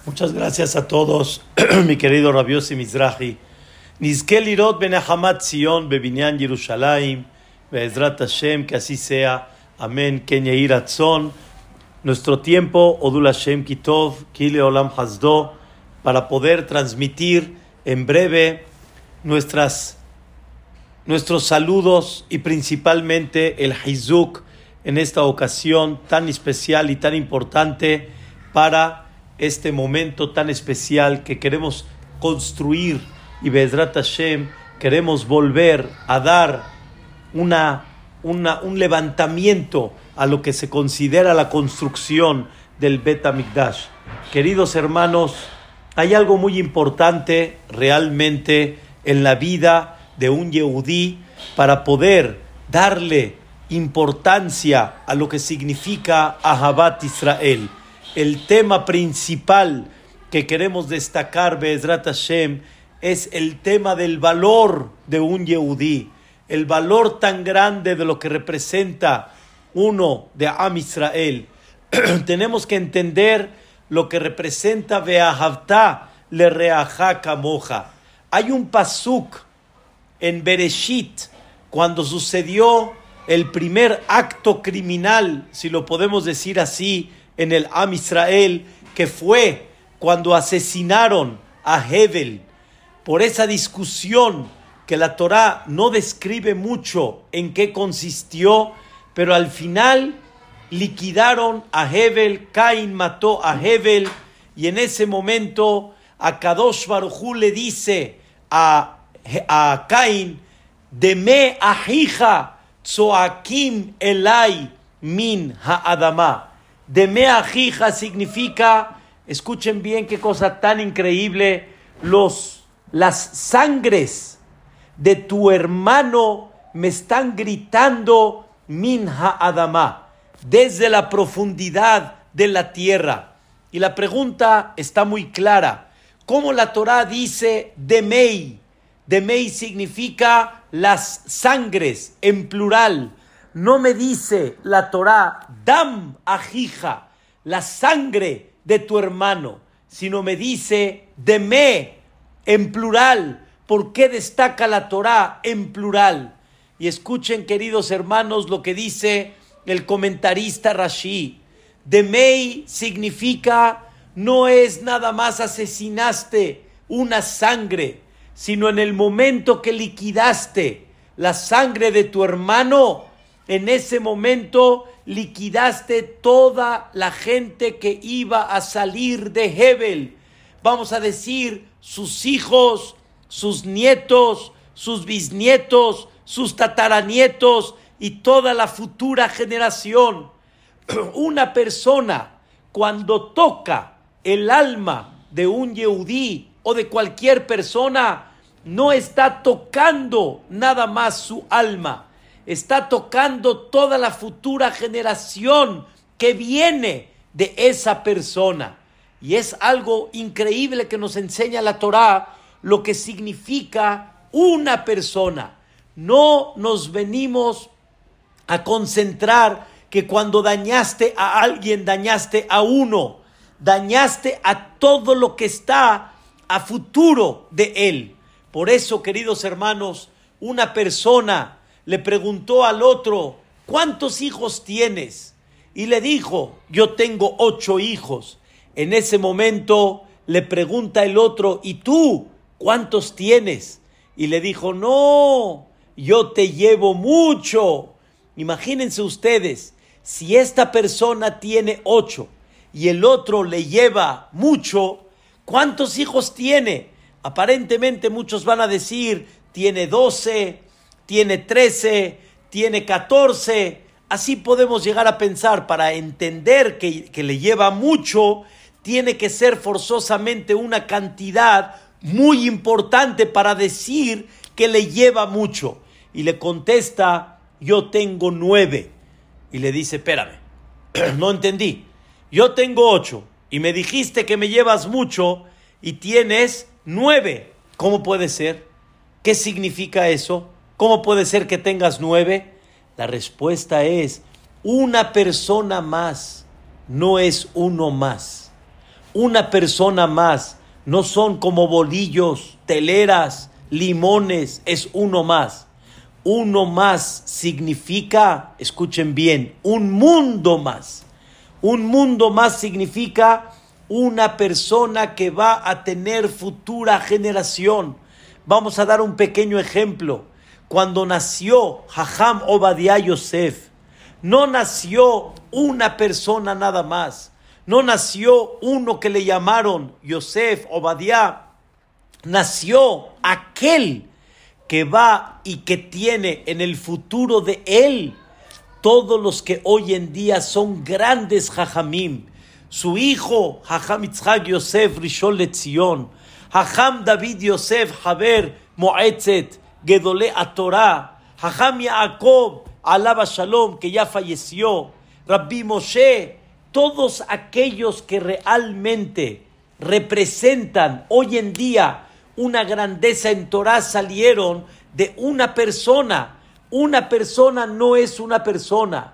Muchas gracias a todos, mi querido Rabbi Yossi Mizrahi. Nizke lirot benahamat Zion bebinyan Yerushalayim, be'ezrat Hashem, que así sea. Amén. Ken yehi ratzon. Nuestro tiempo, Odul Hashem Kitov, Kile Olam Hasdo, para poder transmitir en breve nuestros saludos y principalmente el Hizuk en esta ocasión tan especial y tan importante para este momento tan especial que queremos construir y Be'ezrat Hashem queremos volver a dar un levantamiento a lo que se considera la construcción del Bet HaMikdash. Queridos hermanos, hay algo muy importante realmente en la vida de un Yehudí para poder darle importancia a lo que significa Ahavat Israel. El tema principal que queremos destacar, Be'ezrat Hashem, es el tema del valor de un Yehudí, el valor tan grande de lo que representa uno de Am Israel. Tenemos que entender lo que representa Ve'ahavta lereaja kamoja. Hay un pasuk en Bereshit, cuando sucedió el primer acto criminal, si lo podemos decir así, en el Am Israel, que fue cuando asesinaron a Hevel. Por esa discusión que la Torá no describe mucho en qué consistió, pero al final liquidaron a Hevel. Caín mató a Hevel, y en ese momento Akadosh Baruj Hu le dice a Caín: Deme ahija tzoakim elai min ha'adama. Deme ahija significa, escuchen bien qué cosa tan increíble, las sangres de tu hermano me están gritando min ha'adama, desde la profundidad de la tierra. Y la pregunta está muy clara. ¿Cómo la Torá dice demei? Demei significa las sangres en plural. No me dice la Torá dam ajija, la sangre de tu hermano, sino me dice deme en plural. ¿Por qué destaca la Torá en plural? Y escuchen, queridos hermanos, lo que dice el comentarista Rashi. Demei significa, no es nada más asesinaste una sangre, sino en el momento que liquidaste la sangre de tu hermano, en ese momento liquidaste toda la gente que iba a salir de Hevel. Vamos a decir, sus hijos, sus nietos, sus bisnietos, sus tataranietos y toda la futura generación. Una persona, cuando toca el alma de un Yehudí o de cualquier persona, no está tocando nada más su alma, está tocando toda la futura generación que viene de esa persona. Y es algo increíble que nos enseña la Torá lo que significa una persona. No nos venimos a concentrar que cuando dañaste a alguien, dañaste a uno, dañaste a todo lo que está a futuro de él. Por eso, queridos hermanos, una persona le preguntó al otro: ¿cuántos hijos tienes? Y le dijo: yo tengo 8 hijos. En ese momento le pregunta el otro: ¿y tú cuántos tienes? Y le dijo: no, yo te llevo mucho. Imagínense ustedes, si esta persona tiene 8 y el otro le lleva mucho, ¿cuántos hijos tiene? Aparentemente muchos van a decir: tiene 12, tiene 13, tiene 14. Así podemos llegar a pensar. Para entender que le lleva mucho, tiene que ser forzosamente una cantidad muy importante para decir que le lleva mucho. Y le contesta: yo tengo 9. Y le dice: espérame, no entendí. Yo tengo 8 y me dijiste que me llevas mucho y tienes 9. ¿Cómo puede ser? ¿Qué significa eso? ¿Cómo puede ser que tengas 9? La respuesta es: una persona más no es uno más. una persona más. No son como bolillos, teleras, limones, es uno más. Uno más significa, escuchen bien, un mundo más. Un mundo más significa una persona que va a tener futura generación. Vamos a dar un pequeño ejemplo. Cuando nació Jajam Obadiah Yosef, no nació una persona nada más. No nació uno que le llamaron Yosef, Obadiah. Nació aquel que va y que tiene en el futuro de él todos los que hoy en día son grandes Jajamim. Su hijo, Jajam Yitzhak Yosef Rishon LeZion, Jajam David Yosef Haber Moetzet Gedolé Atorá, Jajam Yaakov Alaba Shalom, que ya falleció, Rabbi Moshe, todos aquellos que realmente representan hoy en día una grandeza en Torah salieron de una persona. Una persona no es una persona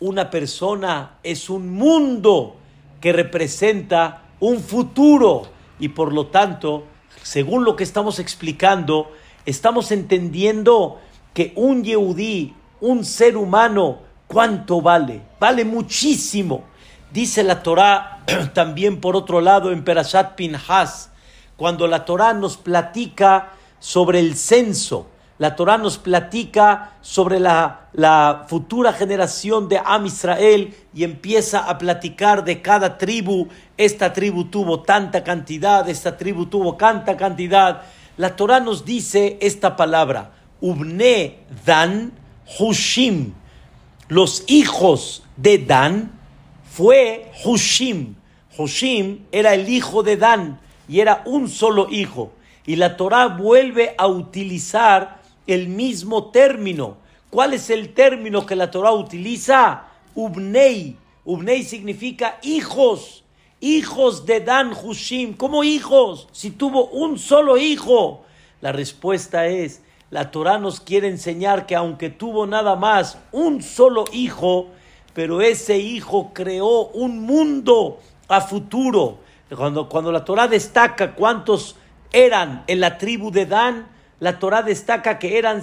es un mundo que representa un futuro, y por lo tanto, según lo que estamos explicando, estamos entendiendo que un Yehudí, un ser humano, ¿cuánto vale? Vale muchísimo. Dice la Torá también por otro lado en Perashat Pinhas, cuando la Torá nos platica sobre el censo, la Torá nos platica sobre la futura generación de Am Israel y empieza a platicar de cada tribu. Esta tribu tuvo tanta cantidad, esta tribu tuvo tanta cantidad. La Torá nos dice esta palabra, Ubne Dan Hushim. Los hijos de Dan fue Hushim. Hushim era el hijo de Dan y era un solo hijo. Y la Torá vuelve a utilizar el mismo término. ¿Cuál es el término que la Torá utiliza? Ubnei. Ubnei significa hijos. Hijos de Dan Hushim. ¿Cómo hijos? Si tuvo un solo hijo. La respuesta es, la Torá nos quiere enseñar que aunque tuvo nada más un solo hijo, pero ese hijo creó un mundo a futuro. Cuando la Torá destaca cuántos eran en la tribu de Dan, la Torá destaca que eran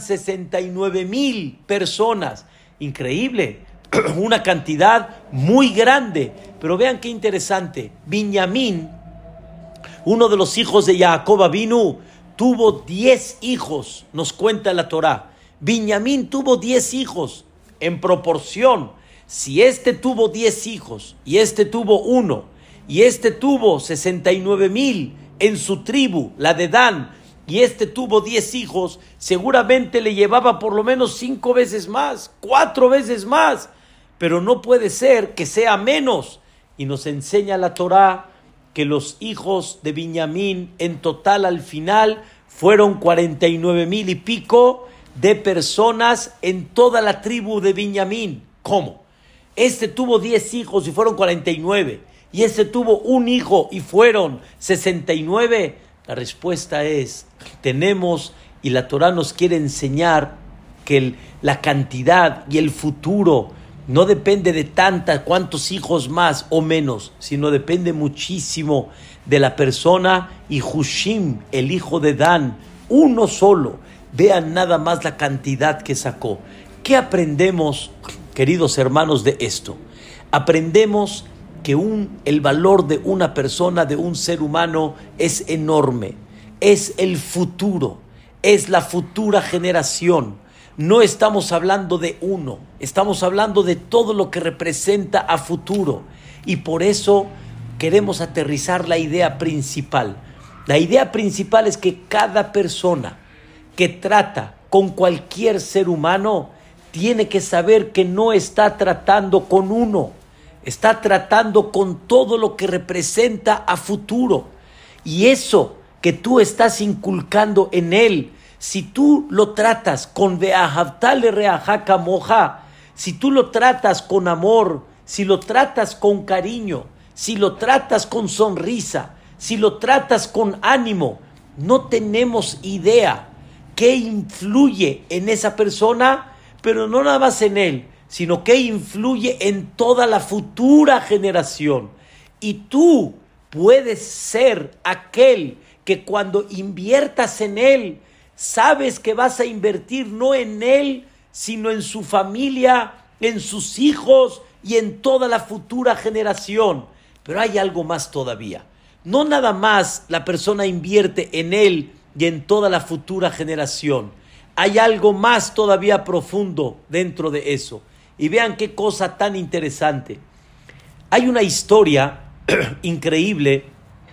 69,000 personas. Increíble, una cantidad muy grande. Pero vean qué interesante. Binyamin, uno de los hijos de Jacob Avinu, tuvo 10 hijos, nos cuenta la Torá. Binyamin tuvo 10 hijos. En proporción, si este tuvo 10 hijos y este tuvo uno, y este tuvo 69,000 en su tribu, la de Dan, y este tuvo 10 hijos, seguramente le llevaba por lo menos 5 veces más, 4 veces más, pero no puede ser que sea menos. Y nos enseña la Torá que los hijos de Binyamin en total al final fueron 49,000 y pico de personas en toda la tribu de Binyamin. ¿Cómo? Este tuvo 10 hijos y fueron 49, y este tuvo un hijo y fueron 69. La respuesta es, tenemos, y la Torá nos quiere enseñar que la cantidad y el futuro no depende de cuántos hijos más o menos, sino depende muchísimo de la persona. Y Hushim, el hijo de Dan, uno solo, vean nada más la cantidad que sacó. ¿Qué aprendemos, queridos hermanos, de esto? Aprendemos que el valor de una persona, de un ser humano, es enorme. Es el futuro, es la futura generación. No estamos hablando de uno, estamos hablando de todo lo que representa a futuro. Y por eso queremos aterrizar la idea principal. La idea principal es que cada persona que trata con cualquier ser humano tiene que saber que no está tratando con uno, está tratando con todo lo que representa a futuro. Y eso que tú estás inculcando en él, si tú lo tratas con ve'ahavta lereaja kamoja, si tú lo tratas con amor, si lo tratas con cariño, si lo tratas con sonrisa, si lo tratas con ánimo, no tenemos idea qué influye en esa persona, pero no nada más en él, sino que influye en toda la futura generación. Y tú, puedes ser aquel que cuando inviertas en él, sabes que vas a invertir no en él, sino en su familia, en sus hijos y en toda la futura generación. Pero hay algo más todavía. No nada más la persona invierte en él y en toda la futura generación. Hay algo más todavía profundo dentro de eso. Y vean qué cosa tan interesante. Hay una historia increíble.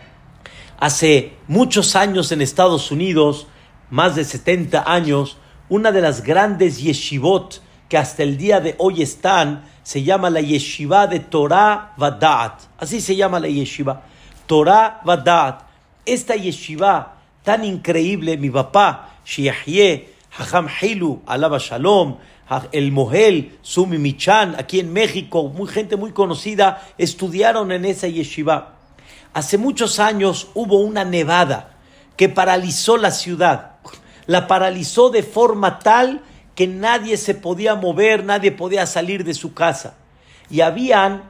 Hace muchos años en Estados Unidos, más de 70 años, una de las grandes yeshivot que hasta el día de hoy están, se llama la yeshiva de Torah Vadat. Así se llama la yeshiva, Torah Vadat. Esta yeshiva tan increíble, mi papá, Shiahye, Hajam Hilu, Alaba Shalom, el Mohel, Sumi Michan, aquí en México, gente muy conocida, estudiaron en esa yeshiva. Hace muchos años hubo una nevada que paralizó la ciudad. La paralizó de forma tal que nadie se podía mover, nadie podía salir de su casa. Y habían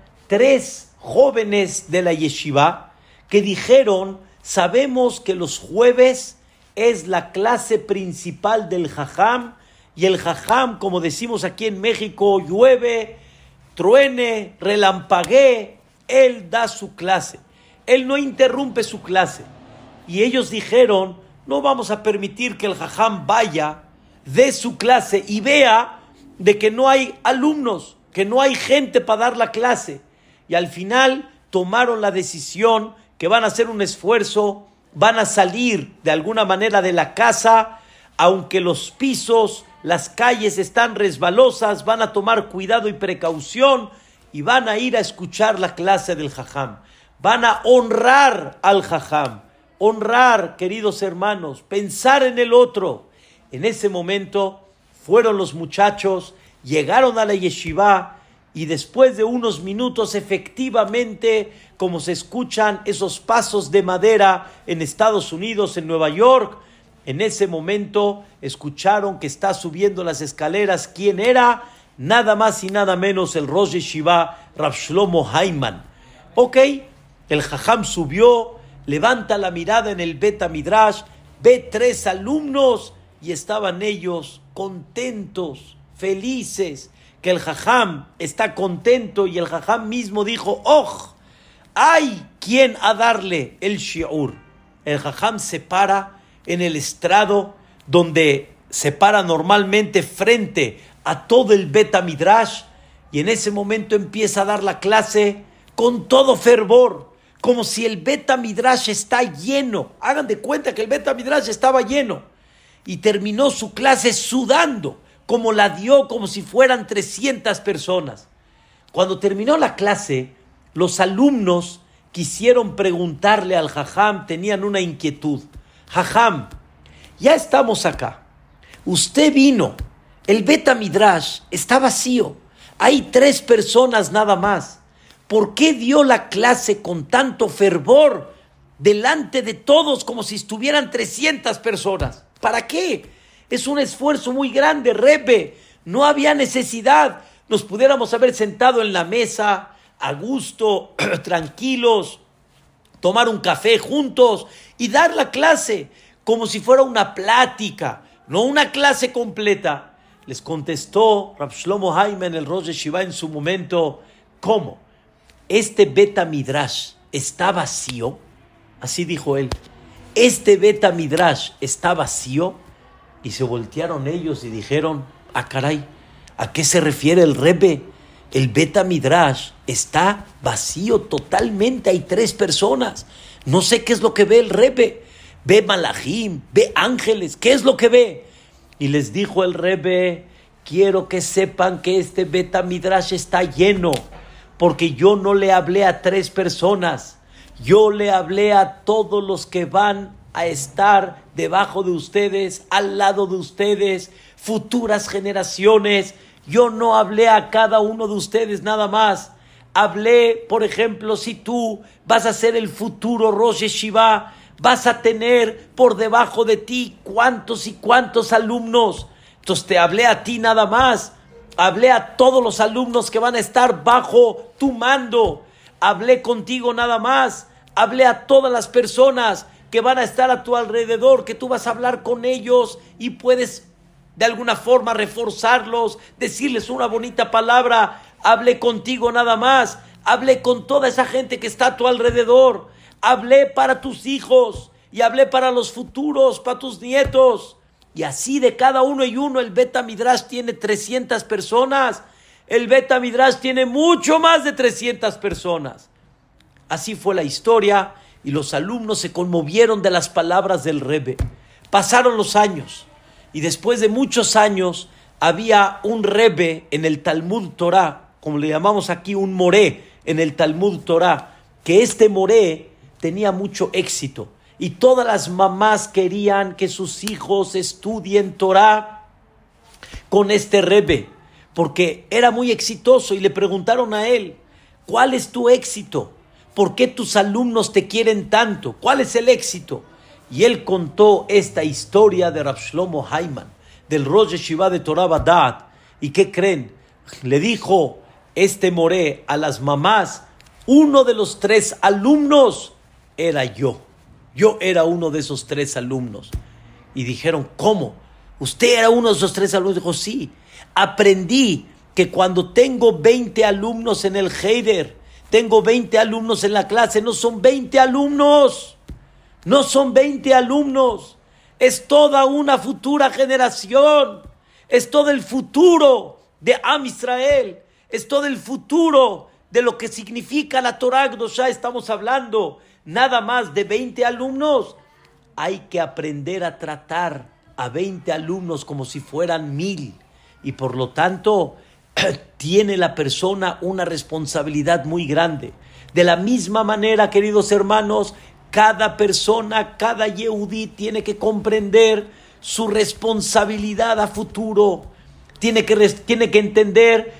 3 jóvenes de la yeshiva que dijeron, sabemos que los jueves es la clase principal del jajam, y el jajam, como decimos aquí en México, llueve, truene, relampaguee, él da su clase. Él no interrumpe su clase. Y ellos dijeron, no vamos a permitir que el jajam vaya, dé su clase y vea de que no hay alumnos, que no hay gente para dar la clase. Y al final tomaron la decisión que van a hacer un esfuerzo, van a salir de alguna manera de la casa, aunque los pisos, las calles están resbalosas, van a tomar cuidado y precaución y van a ir a escuchar la clase del jajam. Van a honrar al jajam. Honrar, queridos hermanos, pensar en el otro. En ese momento fueron los muchachos, llegaron a la yeshiva y después de unos minutos, efectivamente, como se escuchan esos pasos de madera en Estados Unidos, en Nueva York, en ese momento escucharon que está subiendo las escaleras. ¿Quién era? Nada más y nada menos el Rosh Yeshiva, Rav Shlomo Hayman. Ok, el jajam subió, levanta la mirada en el Bet Midrash, ve 3 alumnos y estaban ellos contentos, felices, que el jajam está contento y el jajam mismo dijo, ¡oh! ¡Hay quien a darle el shiur! El jajam se para en el estrado donde se para normalmente frente a todo el Bet Midrash y en ese momento empieza a dar la clase con todo fervor, como si el Bet Midrash está lleno. Hagan de cuenta que el Bet Midrash estaba lleno y terminó su clase sudando, como la dio, como si fueran 300 personas. Cuando terminó la clase, los alumnos quisieron preguntarle al jajam, tenían una inquietud. Jajam, ya estamos acá. Usted vino, el Bet Midrash está vacío. Hay 3 personas nada más. ¿Por qué dio la clase con tanto fervor delante de todos como si estuvieran 300 personas? ¿Para qué? Es un esfuerzo muy grande, Rebbe. No había necesidad. Nos pudiéramos haber sentado en la mesa, a gusto, tranquilos, tomar un café juntos y dar la clase como si fuera una plática, no una clase completa. Les contestó Rav Shlomo Hayman, el Rosh Yeshiva, en su momento, ¿cómo? ¿Este Bet Midrash está vacío? Así dijo él. ¿Este Bet Midrash está vacío? Y se voltearon ellos y dijeron, caray, ¿a qué se refiere el Rebbe? El Bet Midrash está vacío totalmente, hay 3 personas. No sé qué es lo que ve el Rebbe. Ve malajim, ve ángeles, ¿qué es lo que ve? Y les dijo el Rebbe, quiero que sepan que este Bet Midrash está lleno, porque yo no le hablé a 3 personas, yo le hablé a todos los que van a estar debajo de ustedes, al lado de ustedes, futuras generaciones. Yo no hablé a cada uno de ustedes nada más. Hablé, por ejemplo, si tú vas a ser el futuro Rosh Yeshiva, vas a tener por debajo de ti cuántos y cuántos alumnos. Entonces te hablé a ti nada más. Hablé a todos los alumnos que van a estar bajo tu mando. Hablé contigo nada más. hablé a todas las personas que van a estar a tu alrededor, que tú vas a hablar con ellos y puedes de alguna forma reforzarlos, decirles una bonita palabra. Hablé contigo nada más, hablé con toda esa gente que está a tu alrededor, hablé para tus hijos y hablé para los futuros, para tus nietos. Y así de cada uno y uno. El Bet HaMidrash tiene 300 personas, el Bet HaMidrash tiene mucho más de 300 personas. Así fue la historia y los alumnos se conmovieron de las palabras del Rebbe. Pasaron los años y después de muchos años había un Rebbe en el Talmud Torah, como le llamamos aquí, un moré en el Talmud Torah, que este moré tenía mucho éxito y todas las mamás querían que sus hijos estudien Torah con este Rebbe, porque era muy exitoso, y le preguntaron a él: ¿cuál es tu éxito? ¿Por qué tus alumnos te quieren tanto? ¿Cuál es el éxito? Y él contó esta historia de Rav Shlomo Hayman, del Rosh Yeshiva de Torah Badat. ¿Y qué creen? Le dijo este moré a las mamás: uno de los 3 alumnos era yo. Yo era uno de esos 3 alumnos. Y dijeron: ¿cómo? ¿Usted era uno de esos 3 alumnos? Dijo: sí. Aprendí que cuando tengo 20 alumnos en el Heider, tengo 20 alumnos en la clase, no son 20 alumnos. No son 20 alumnos. Es toda una futura generación. Es todo el futuro de Am Israel. Es todo el futuro de lo que significa la Torah Kedoshá. Estamos hablando nada más de 20 alumnos. Hay que aprender a tratar a 20 alumnos como si fueran 1000. Y por lo tanto, tiene la persona una responsabilidad muy grande. De la misma manera, queridos hermanos, cada persona, cada Yehudí tiene que comprender su responsabilidad a futuro. Tiene que entender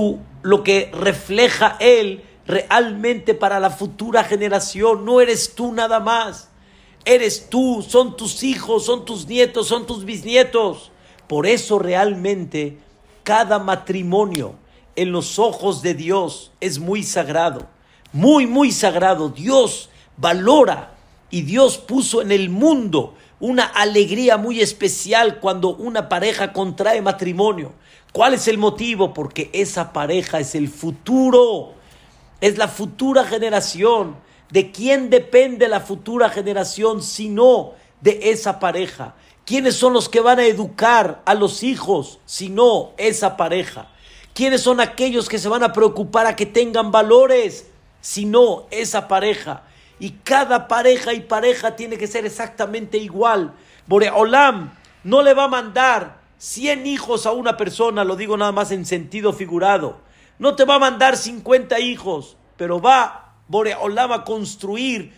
lo que refleja él realmente para la futura generación. No eres tú nada más. Eres tú, son tus hijos, son tus nietos, son tus bisnietos. Por eso realmente cada matrimonio en los ojos de Dios es muy sagrado. Muy, muy sagrado. Dios valora y Dios puso en el mundo una alegría muy especial cuando una pareja contrae matrimonio. ¿Cuál es el motivo? Porque esa pareja es el futuro, es la futura generación. ¿De quién depende la futura generación sino de esa pareja? ¿Quiénes son los que van a educar a los hijos sino esa pareja? ¿Quiénes son aquellos que se van a preocupar a que tengan valores sino esa pareja? Y cada pareja y pareja tiene que ser exactamente igual. Boreolam no le va a mandar 100 hijos a una persona, lo digo nada más en sentido figurado. No te va a mandar 50 hijos, pero va Boreolam a construir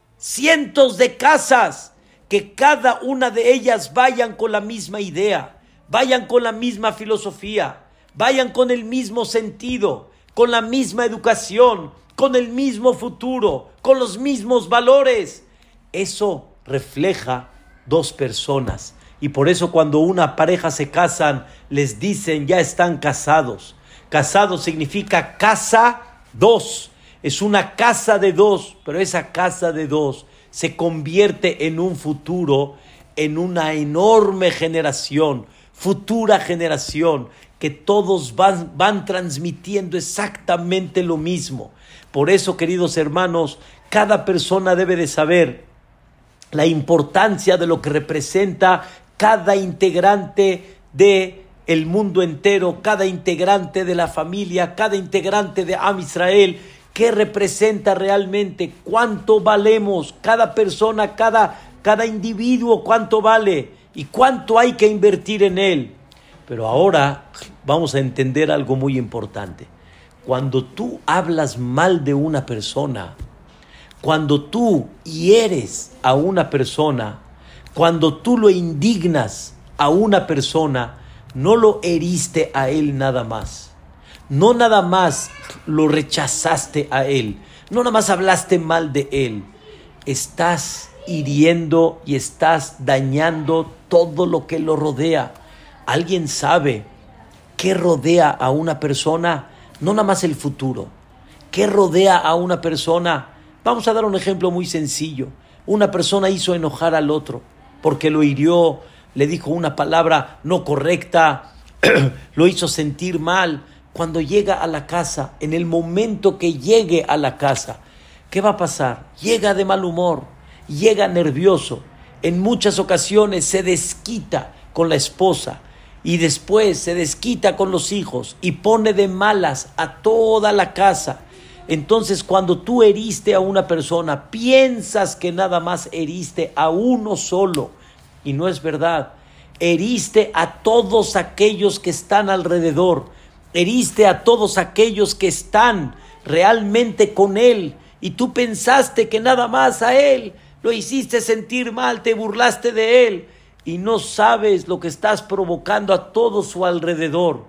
cientos de casas, que cada una de ellas vayan con la misma idea, vayan con la misma filosofía, vayan con el mismo sentido, con la misma educación, con el mismo futuro, con los mismos valores. Eso refleja 2 personas. Y por eso cuando una pareja se casan, les dicen: ya están casados. Casado significa casa 2. Es una casa de 2, pero esa casa de 2 se convierte en un futuro, en una enorme generación, futura generación, que todos van transmitiendo exactamente lo mismo. Por eso, queridos hermanos, cada persona debe de saber la importancia de lo que representa cada integrante del mundo entero, cada integrante de la familia, cada integrante de Am Israel. ¿Qué representa realmente? ¿Cuánto valemos? Cada persona, cada individuo, ¿cuánto vale? ¿Y cuánto hay que invertir en él? Pero ahora vamos a entender algo muy importante. Cuando tú hablas mal de una persona, cuando tú hieres a una persona, cuando tú lo indignas a una persona, no lo heriste a él nada más. No nada más lo rechazaste a él, no nada más hablaste mal de él. Estás hiriendo y estás dañando todo lo que lo rodea. ¿Alguien sabe qué rodea a una persona? No nada más el futuro. ¿Qué rodea a una persona? Vamos a dar un ejemplo muy sencillo. Una persona hizo enojar al otro porque lo hirió, le dijo una palabra no correcta, lo hizo sentir mal. Cuando llega a la casa, en el momento que llegue a la casa, ¿qué va a pasar? Llega de mal humor, llega nervioso. En muchas ocasiones se desquita con la esposa y después se desquita con los hijos y pone de malas a toda la casa. Entonces, cuando tú heriste a una persona, piensas que nada más heriste a uno solo, y no es verdad. Heriste a todos aquellos que están alrededor, heriste a todos aquellos que están realmente con él, y tú pensaste que nada más a él lo hiciste sentir mal, te burlaste de él, y no sabes lo que estás provocando a todo su alrededor.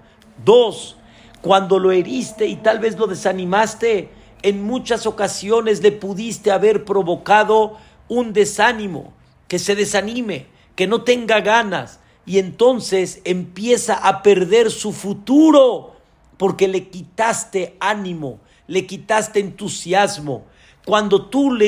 2, cuando lo heriste y tal vez lo desanimaste, en muchas ocasiones le pudiste haber provocado un desánimo, que se desanime, que no tenga ganas, y entonces empieza a perder su futuro, porque le quitaste ánimo, le quitaste entusiasmo. Cuando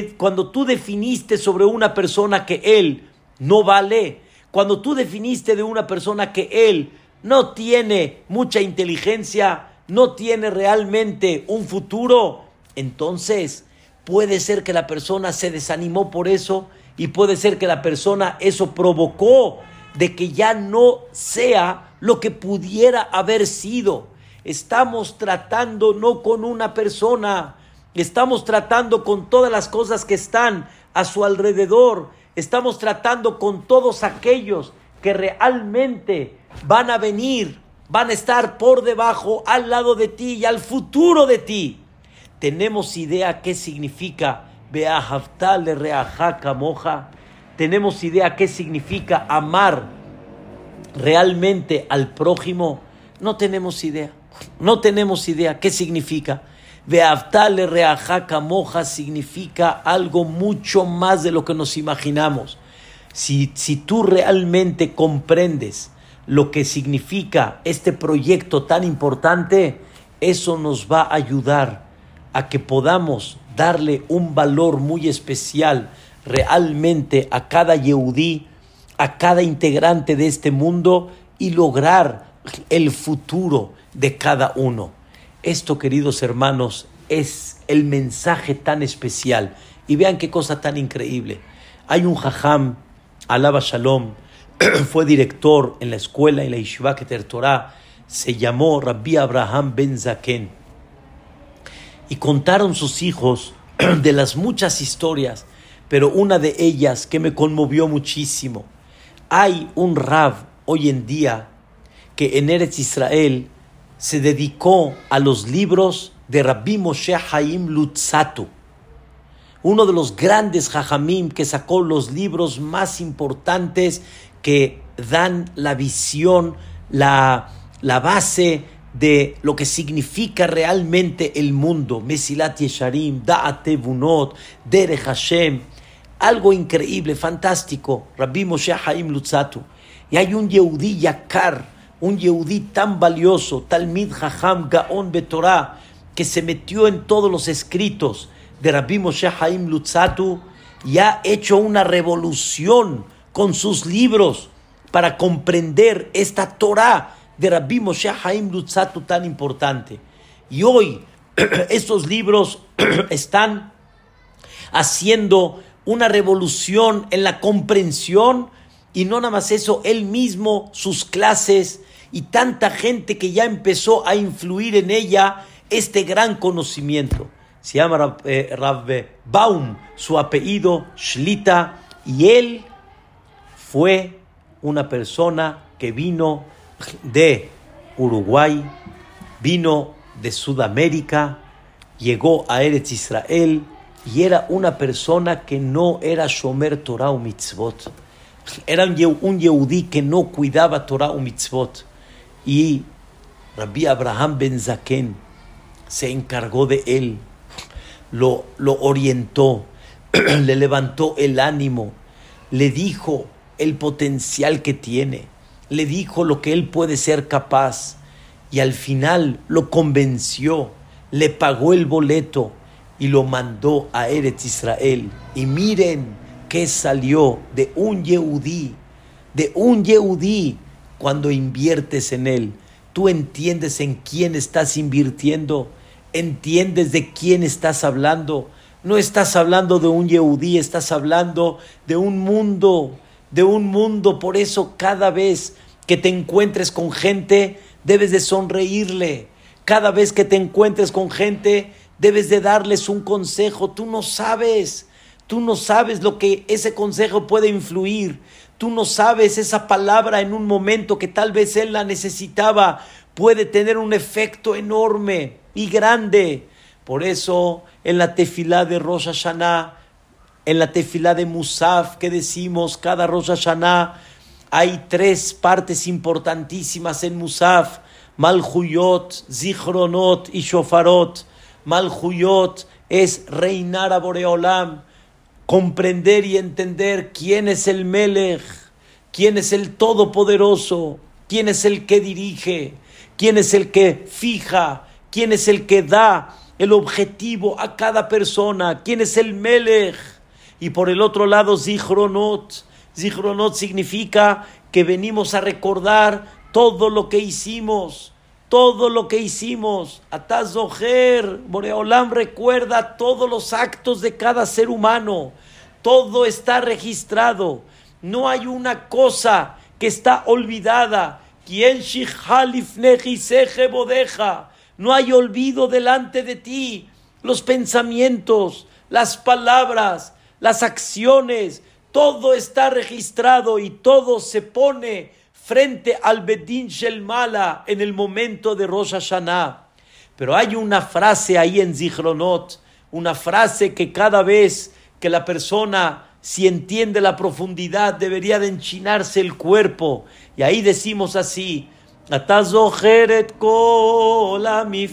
tú definiste sobre una persona que él no vale, cuando tú definiste de una persona que él no tiene mucha inteligencia, no tiene realmente un futuro, entonces puede ser que la persona se desanimó por eso, y puede ser que la persona eso provocó de que ya no sea lo que pudiera haber sido. Estamos tratando no con una persona, estamos tratando con todas las cosas que están a su alrededor, estamos tratando con todos aquellos que realmente van a venir, van a estar por debajo, al lado de ti y al futuro de ti. ¿Tenemos idea qué significa Beahavta lereaja kamoja? ¿Tenemos idea qué significa amar realmente al prójimo? No tenemos idea. No tenemos idea qué significa. Beahavta lereaja kamoja significa algo mucho más de lo que nos imaginamos. Si tú realmente comprendes lo que significa este proyecto tan importante, eso nos va a ayudar a que podamos darle un valor muy especial realmente a cada yehudí, a cada integrante de este mundo, y lograr el futuro de cada uno. Esto, queridos hermanos, es el mensaje tan especial. Y vean qué cosa tan increíble. Hay un jajam, alaba shalom, fue director en la escuela, en la Yeshiva Keter Torah, se llamó Rabbi Abraham Ben Zaken. Y contaron sus hijos de las muchas historias, pero una de ellas que me conmovió muchísimo. Hay un Rav hoy en día que en Eretz Israel se dedicó a los libros de Rabbi Moshe Haim Luzzatto, uno de los grandes jajamim que sacó los libros más importantes que dan la visión, la base de lo que significa realmente el mundo. Mesilat Yesharim, Da'at Evunot, Derech Hashem. Algo increíble, fantástico. Rabbi Moshe Haim Luzzatto. Y hay un Yehudí Yakar, un Yehudí tan valioso, Talmid Jajam Gaon Betorah, que se metió en todos los escritos de Rabbi Moshe Haim Luzzatto y ha hecho una revolución con sus libros para comprender esta Torah de Rabbi Moshe Haim Luzzatto tan importante. Y hoy estos libros están haciendo una revolución en la comprensión, y no nada más eso, él mismo, sus clases y tanta gente que ya empezó a influir en ella este gran conocimiento. Se llama Rav Baum, su apellido Shlita, y él fue una persona que vino de Uruguay, vino de Sudamérica, llegó a Eretz Israel y era una persona que no era Shomer Torah u Mitzvot. Era un Yehudí que no cuidaba Torah u Mitzvot. Y Rabbi Abraham Ben Zaken se encargó de él, lo orientó, le levantó el ánimo, le dijo el potencial que tiene, le dijo lo que él puede ser capaz, y al final lo convenció, le pagó el boleto, y lo mandó a Eretz Israel. Y miren qué salió de un Yehudí, cuando inviertes en él. Tú entiendes en quién estás invirtiendo, entiendes de quién estás hablando. No estás hablando de un Yehudí, estás hablando de un mundo. Por eso cada vez que te encuentres con gente, debes de sonreírle. Cada vez que te encuentres con gente, debes de darles un consejo. Tú no sabes lo que ese consejo puede influir. Tú no sabes, esa palabra en un momento que tal vez él la necesitaba, puede tener un efecto enorme y grande. Por eso, en la tefilá de Rosh Hashanah, en la tefilá de Musaf, que decimos cada Rosh Hashanah, hay 3 partes importantísimas en Musaf: Malchuyot, Zichronot y Shofarot. Malchuyot es reinar a Boreolam, comprender y entender quién es el Melech, quién es el Todopoderoso, quién es el que dirige, quién es el que fija, quién es el que da el objetivo a cada persona, quién es el Melech. Y por el otro lado, Zichronot. Zichronot significa que venimos a recordar todo lo que hicimos. Ataz Zoher, Boreolam recuerda todos los actos de cada ser humano. Todo está registrado. No hay una cosa que está olvidada. No hay olvido delante de ti. Los pensamientos, las palabras, las acciones, todo está registrado y todo se pone frente al Bedín Shel Mala en el momento de Rosh Hashanah. Pero hay una frase ahí en Zichronot, una frase que cada vez que la persona, si entiende la profundidad, debería de enchinarse el cuerpo. Y ahí decimos así: Ata zocher et kol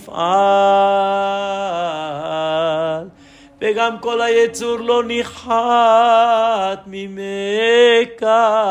hamif'al וגם כל היצור לא נחת ממך.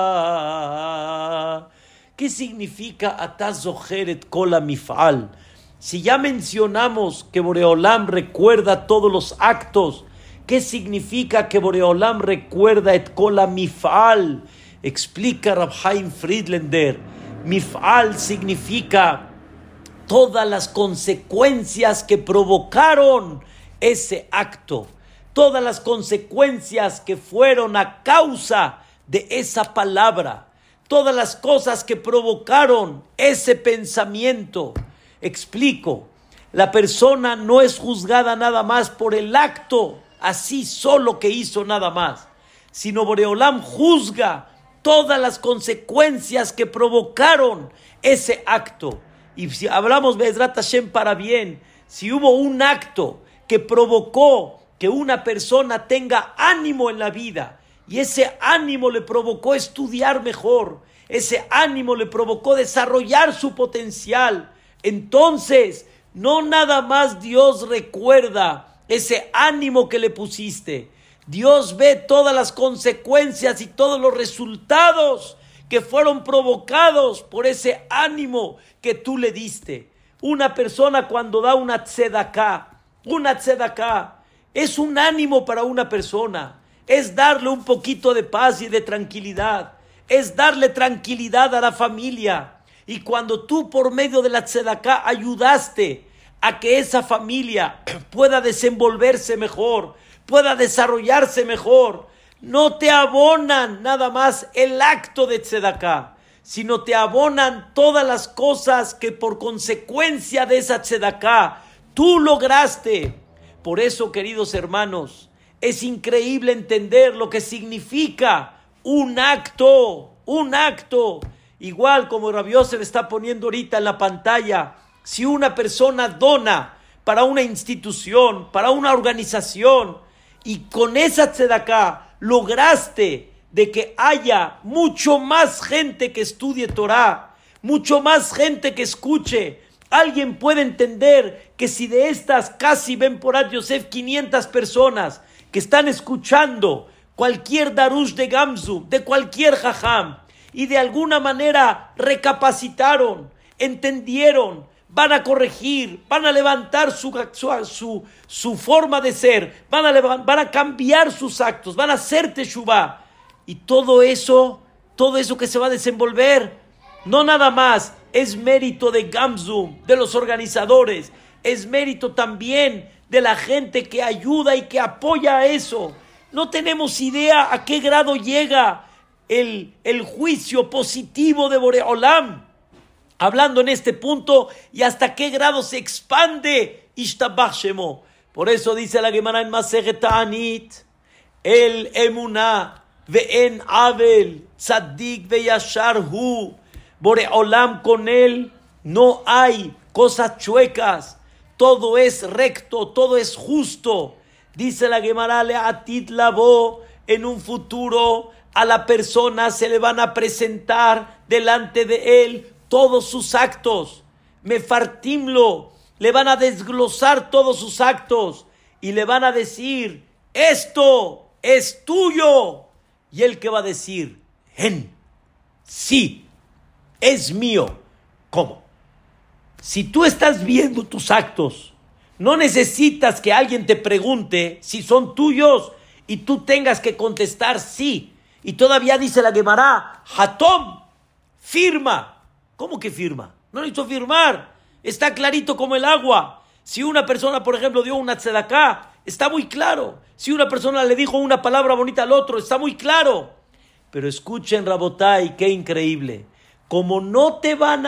¿Qué significa Ata zocher et kol hamif'al? Si ya mencionamos que Boreolam recuerda todos los actos, ¿qué significa que Boreolam recuerda et kol hamif'al? Explica Rab Chaim Friedlander. Mif'al significa todas las consecuencias que provocaron ese acto, todas las consecuencias que fueron a causa de esa palabra, todas las cosas que provocaron ese pensamiento. Explico, la persona no es juzgada nada más por el acto así solo que hizo nada más, sino Boreolam juzga todas las consecuencias que provocaron ese acto. Y si hablamos Be'ezrat Hashem para bien, si hubo un acto que provocó que una persona tenga ánimo en la vida, y ese ánimo le provocó estudiar mejor, ese ánimo le provocó desarrollar su potencial, entonces no nada más Dios recuerda ese ánimo que le pusiste, Dios ve todas las consecuencias y todos los resultados que fueron provocados por ese ánimo que tú le diste. Una persona cuando da una tzedaká es un ánimo para una persona, es darle un poquito de paz y de tranquilidad, es darle tranquilidad a la familia. Y cuando tú por medio de la tzedaká ayudaste a que esa familia pueda desenvolverse mejor, pueda desarrollarse mejor, no te abonan nada más el acto de tzedaká, sino te abonan todas las cosas que por consecuencia de esa tzedaká tú lograste. Por eso, queridos hermanos, es increíble entender lo que significa un acto. Igual como Rabbi Yosef está poniendo ahorita en la pantalla, si una persona dona para una institución, para una organización, y con esa tzedaká lograste de que haya mucho más gente que estudie Torah, mucho más gente que escuche. Alguien puede entender que si de estas casi ven por Yosef 500 personas que están escuchando cualquier darush de Gamzu, de cualquier jajam, y de alguna manera recapacitaron, entendieron, van a corregir, van a levantar su forma de ser, van a cambiar sus actos, van a hacer teshuvá. Y todo eso que se va a desenvolver, no nada más es mérito de Gamzu, de los organizadores, es mérito también de la gente que ayuda y que apoya a eso. No tenemos idea a qué grado llega el juicio positivo de Boreolam, hablando en este punto, y hasta qué grado se expande Ishtabach Shemo. Por eso dice la Gemara en Masejet Ta'anit, el emuná ve'en avel tzaddik ve'yashar hu. Boreolam, con él no hay cosas chuecas, todo es recto, todo es justo. Dice la Gemara le'atit labo, en un futuro a la persona se le van a presentar delante de él todos sus actos, mefartimlo, le van a desglosar todos sus actos y le van a decir, esto es tuyo. Y él que va a decir, sí, es mío. ¿Cómo? Si tú estás viendo tus actos, no necesitas que alguien te pregunte si son tuyos y tú tengas que contestar sí. Y todavía dice la Gemara, Hatom, firma. ¿Cómo que firma? No necesito firmar. Está clarito como el agua. Si una persona, por ejemplo, dio una tzedaká, está muy claro. Si una persona le dijo una palabra bonita al otro, está muy claro. Pero escuchen, Rabotai, qué increíble. Como no te van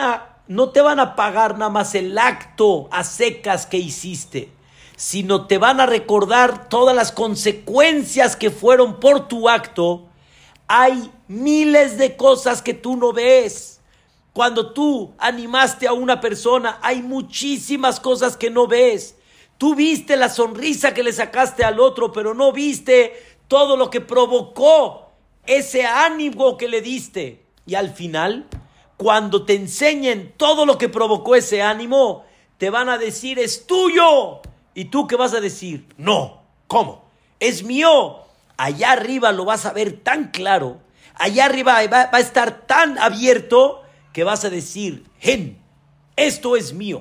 a pagar nada más el acto a secas que hiciste, sino te van a recordar todas las consecuencias que fueron por tu acto. Hay miles de cosas que tú no ves. Cuando tú animaste a una persona, hay muchísimas cosas que no ves. Tú viste la sonrisa que le sacaste al otro, pero no viste todo lo que provocó ese ánimo que le diste. Y al final, cuando te enseñen todo lo que provocó ese ánimo, te van a decir, es tuyo. ¿Y tú qué vas a decir? No. ¿Cómo? Es mío. Allá arriba lo vas a ver tan claro. Allá arriba va a estar tan abierto que vas a decir, esto es mío,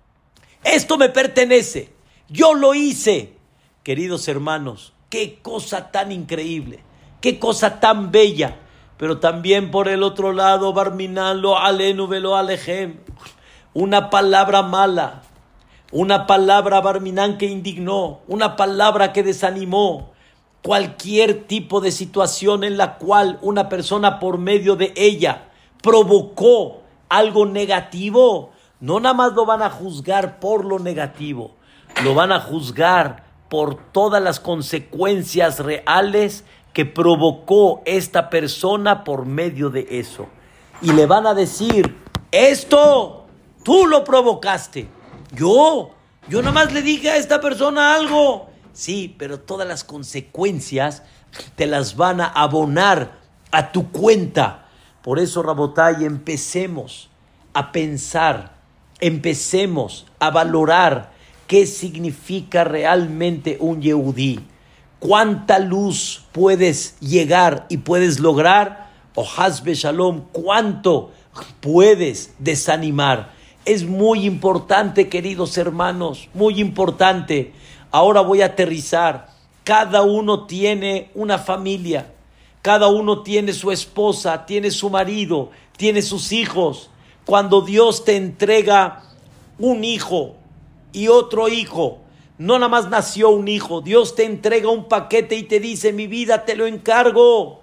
esto me pertenece, yo lo hice. Queridos hermanos, qué cosa tan increíble, qué cosa tan bella. Pero también por el otro lado, Barminan lo alenu velo alejem, una palabra mala, una palabra Barminan que indignó, una palabra que desanimó, cualquier tipo de situación en la cual una persona por medio de ella provocó algo negativo, no nada más lo van a juzgar por lo negativo, lo van a juzgar por todas las consecuencias reales que provocó esta persona por medio de eso. Y le van a decir, esto tú lo provocaste. Yo nada más le dije a esta persona algo. Sí, pero todas las consecuencias te las van a abonar a tu cuenta. Por eso, Rabotai, empecemos a pensar, empecemos a valorar qué significa realmente un Yehudí. ¿Cuánta luz puedes llegar y puedes lograr? O Hasbe Shalom, ¿cuánto puedes desanimar? Es muy importante, queridos hermanos, muy importante. Ahora voy a aterrizar. Cada uno tiene una familia. Cada uno tiene su esposa, tiene su marido, tiene sus hijos. Cuando Dios te entrega un hijo y otro hijo, no nada más nació un hijo, Dios te entrega un paquete y te dice, mi vida, te lo encargo,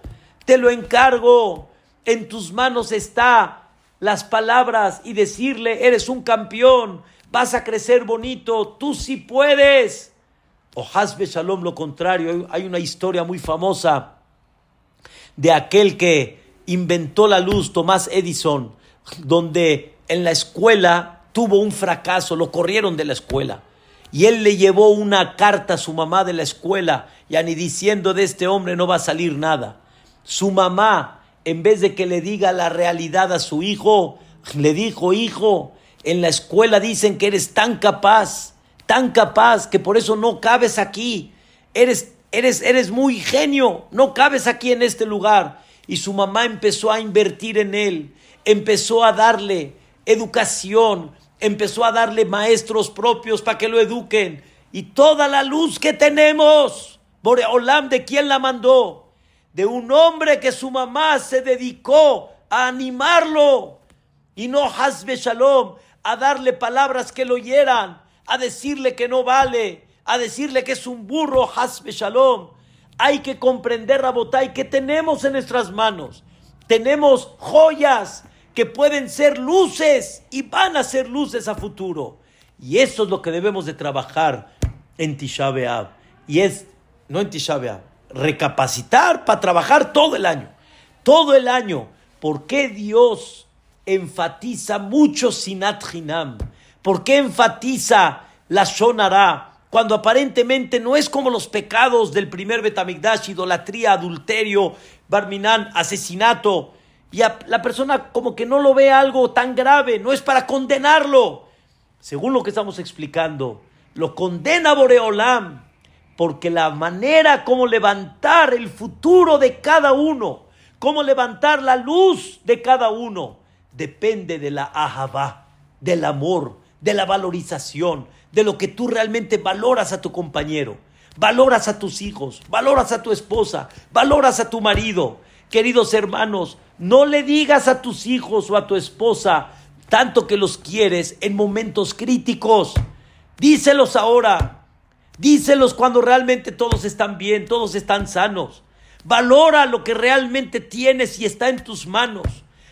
en tus manos está las palabras y decirle, eres un campeón, vas a crecer bonito, tú sí puedes. O Hasbe Shalom, lo contrario, hay una historia muy famosa de aquel que inventó la luz, Thomas Edison, donde en la escuela tuvo un fracaso, lo corrieron de la escuela. Y él le llevó una carta a su mamá de la escuela, ya ni diciendo, de este hombre no va a salir nada. Su mamá, en vez de que le diga la realidad a su hijo, le dijo, hijo, en la escuela dicen que eres tan capaz, que por eso no cabes aquí. Eres muy genio, no cabes aquí en este lugar. Y su mamá empezó a invertir en él, empezó a darle educación, empezó a darle maestros propios para que lo eduquen. Y toda la luz que tenemos, Boreolam, ¿de quién la mandó? De un hombre que su mamá se dedicó a animarlo y no Hasbe Shalom, a darle palabras que lo hieran, a decirle que no vale, a decirle que es un burro, Hasbe Shalom. Hay que comprender, Rabotay, que tenemos en nuestras manos. Tenemos joyas que pueden ser luces y van a ser luces a futuro. Y eso es lo que debemos de trabajar en Tisha B'Av. Y es, no en Tisha B'Av, recapacitar para trabajar todo el año. Todo el año. ¿Por qué Dios enfatiza mucho Sinat Hinam? ¿Por qué enfatiza la Shon Hara? Cuando aparentemente no es como los pecados del primer Betamigdash, idolatría, adulterio, barminán, asesinato. Y la persona como que no lo ve algo tan grave, no es para condenarlo. Según lo que estamos explicando, lo condena Boreolam, porque la manera como levantar el futuro de cada uno, cómo levantar la luz de cada uno, depende de la ahavá, del amor, de la valorización, de lo que tú realmente valoras a tu compañero, valoras a tus hijos, valoras a tu esposa, valoras a tu marido. Queridos hermanos, no le digas a tus hijos o a tu esposa tanto que los quieres en momentos críticos. Díselos ahora, díselos cuando realmente todos están bien, todos están sanos. Valora lo que realmente tienes y está en tus manos.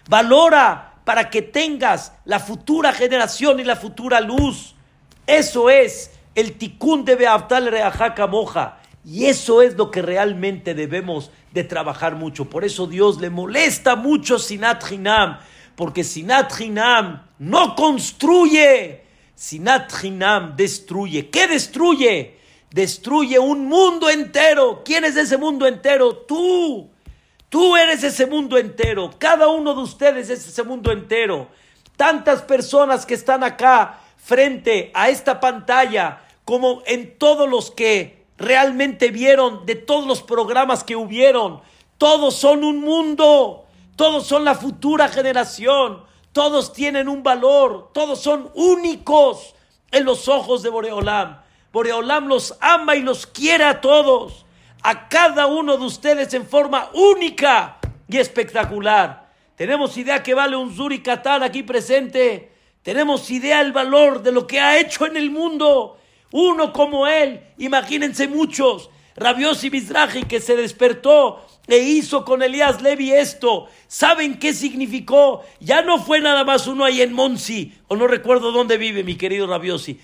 Valora para que tengas la futura generación y la futura luz. Eso es el tikún de Be'avtal Reajá Kamoja. Y eso es lo que realmente debemos de trabajar mucho. Por eso Dios le molesta mucho Sinat Hinam, porque Sinat Hinam no construye, Sinat Hinam destruye. ¿Qué destruye? Destruye un mundo entero. ¿Quién es ese mundo entero? Tú. Tú eres ese mundo entero. Cada uno de ustedes es ese mundo entero. Tantas personas que están acá frente a esta pantalla, como en todos los que realmente vieron, de todos los programas que hubieron, todos son un mundo, todos son la futura generación, todos tienen un valor, todos son únicos en los ojos de Boreolam. Boreolam los ama y los quiere a todos, a cada uno de ustedes en forma única y espectacular. Tenemos idea que vale un Zuri Katán aquí presente. Tenemos idea del valor de lo que ha hecho en el mundo. Uno como él, imagínense muchos. Rabbi Yossi Mizrahi, que se despertó e hizo con Elías Levi esto. ¿Saben qué significó? Ya no fue nada más uno ahí en Monsi, o no recuerdo dónde vive mi querido Rabbi Yossi.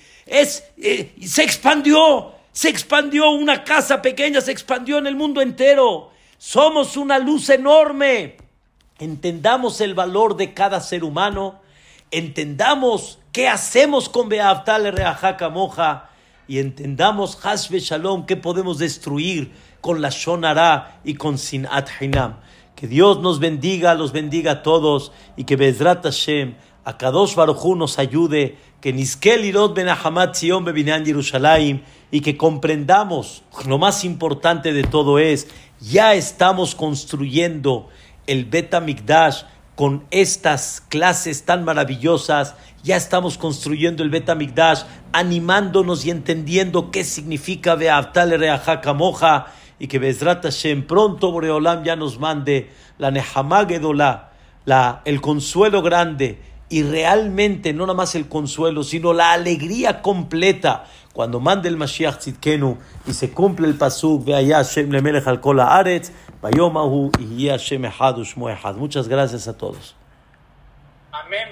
Se expandió una casa pequeña, se expandió en el mundo entero. Somos una luz enorme. Entendamos el valor de cada ser humano. Entendamos qué hacemos con Be'avtal Reajá Kamoja. Y entendamos, Hasbe Shalom, qué podemos destruir con la Shon Hara y con Sinat Hinam. Que Dios nos bendiga, los bendiga a todos, y que Be'ezrat Hashem, a Kadosh Baruj Hu nos ayude, que Nizkel Irot Ben Ahamat Zion Bebinyan Yerushalayim, y que comprendamos, lo más importante de todo es, ya estamos construyendo el Bet HaMikdash con estas clases tan maravillosas. Ya estamos construyendo el Bet HaMikdash, animándonos y entendiendo qué significa Be'avtal Reajá Kamoja, y que Be'ezrat Hashem pronto Boreolam ya nos mande la Nehamá Gedolá, el consuelo grande, y realmente no nada más el consuelo, sino la alegría completa cuando mande el Mashiach Tzidkenu y se cumple el pasuk Ve'aya Hashem lemelech al kol haaretz Bayom hahu yihye Hashem echad u'shmo echad. Muchas gracias a todos. Amén.